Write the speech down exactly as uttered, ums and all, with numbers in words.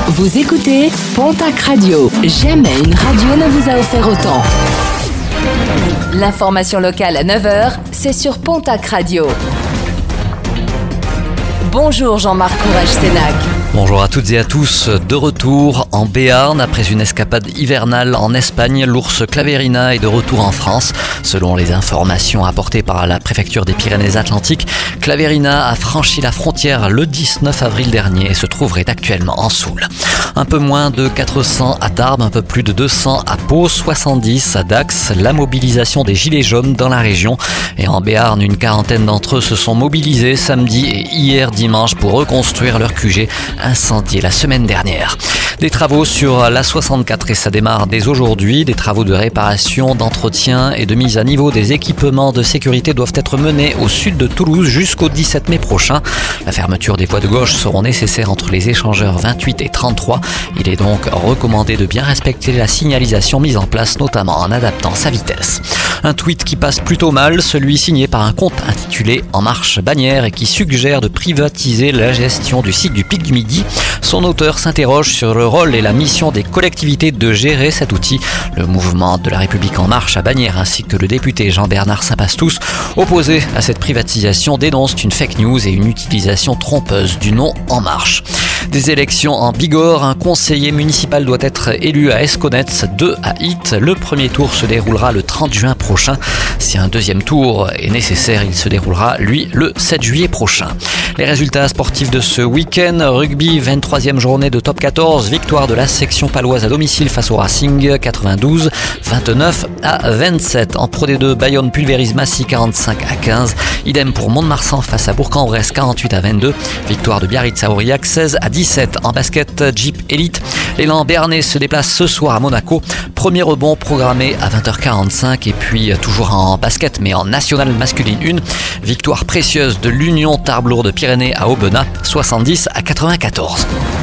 Vous écoutez Pontac Radio. Jamais une radio ne vous a offert autant. L'information locale à neuf heures, c'est sur Pontac Radio. Bonjour Jean-Marc Courage-Sénac. Bonjour à toutes et à tous, de retour en Béarn après une escapade hivernale en Espagne, l'ours Clavérina est de retour en France. Selon les informations apportées par la préfecture des Pyrénées-Atlantiques, Clavérina a franchi la frontière le dix-neuf avril dernier et se trouverait actuellement en Soule. Un peu moins de quatre cents à Tarbes, un peu plus de deux cents à Pau, soixante-dix à Dax. La mobilisation des Gilets jaunes dans la région. Et en Béarn, une quarantaine d'entre eux se sont mobilisés samedi et hier dimanche pour reconstruire leur Q G incendié la semaine dernière. Des travaux sur l'A soixante-quatre et ça démarre dès aujourd'hui. Des travaux de réparation, d'entretien et de mise à niveau des équipements de sécurité doivent être menés au sud de Toulouse jusqu'au dix-sept mai prochain. La fermeture des voies de gauche seront nécessaires entre les échangeurs vingt-huit et trente-trois. Il est donc recommandé de bien respecter la signalisation mise en place, notamment en adaptant sa vitesse. Un tweet qui passe plutôt mal, celui signé par un compte intitulé En Marche Bagnères et qui suggère de privatiser la gestion du site du Pic du Midi. Son auteur s'interroge sur le rôle et la mission des collectivités de gérer cet outil. Le mouvement de la République En Marche à Bagnères ainsi que le député Jean-Bernard Saint-Pastous, opposés à cette privatisation, dénoncent une fake news et une utilisation trompeuse du nom En Marche. Des élections en Bigorre, un conseiller municipal doit être élu à Esconnets, deux à Hitt. Le premier tour se déroulera le trente juin prochain. Si un deuxième tour est nécessaire, il se déroulera, lui, le sept juillet prochain. Les résultats sportifs de ce week-end, rugby, vingt-troisième journée de top quatorze, victoire de la section paloise à domicile face au Racing, quatre-vingt-douze vingt-neuf à vingt-sept. En Pro D deux, Bayonne pulvérise Massy, quarante-cinq à quinze. Idem pour Mont-de-Marsan face à Bourg-en-Bresse, quarante-huit à vingt-deux. Victoire de Biarritz à Aurillac, seize à dix-sept. En basket, Jeep Elite, l'élan béarnais se déplace ce soir à Monaco. Premier rebond programmé à vingt heures quarante-cinq. Et puis toujours en basket mais en nationale masculine un. Victoire précieuse de l'Union Tarbes-Lourdes Pyrénées à Aubenas, soixante-dix à quatre-vingt-quatorze.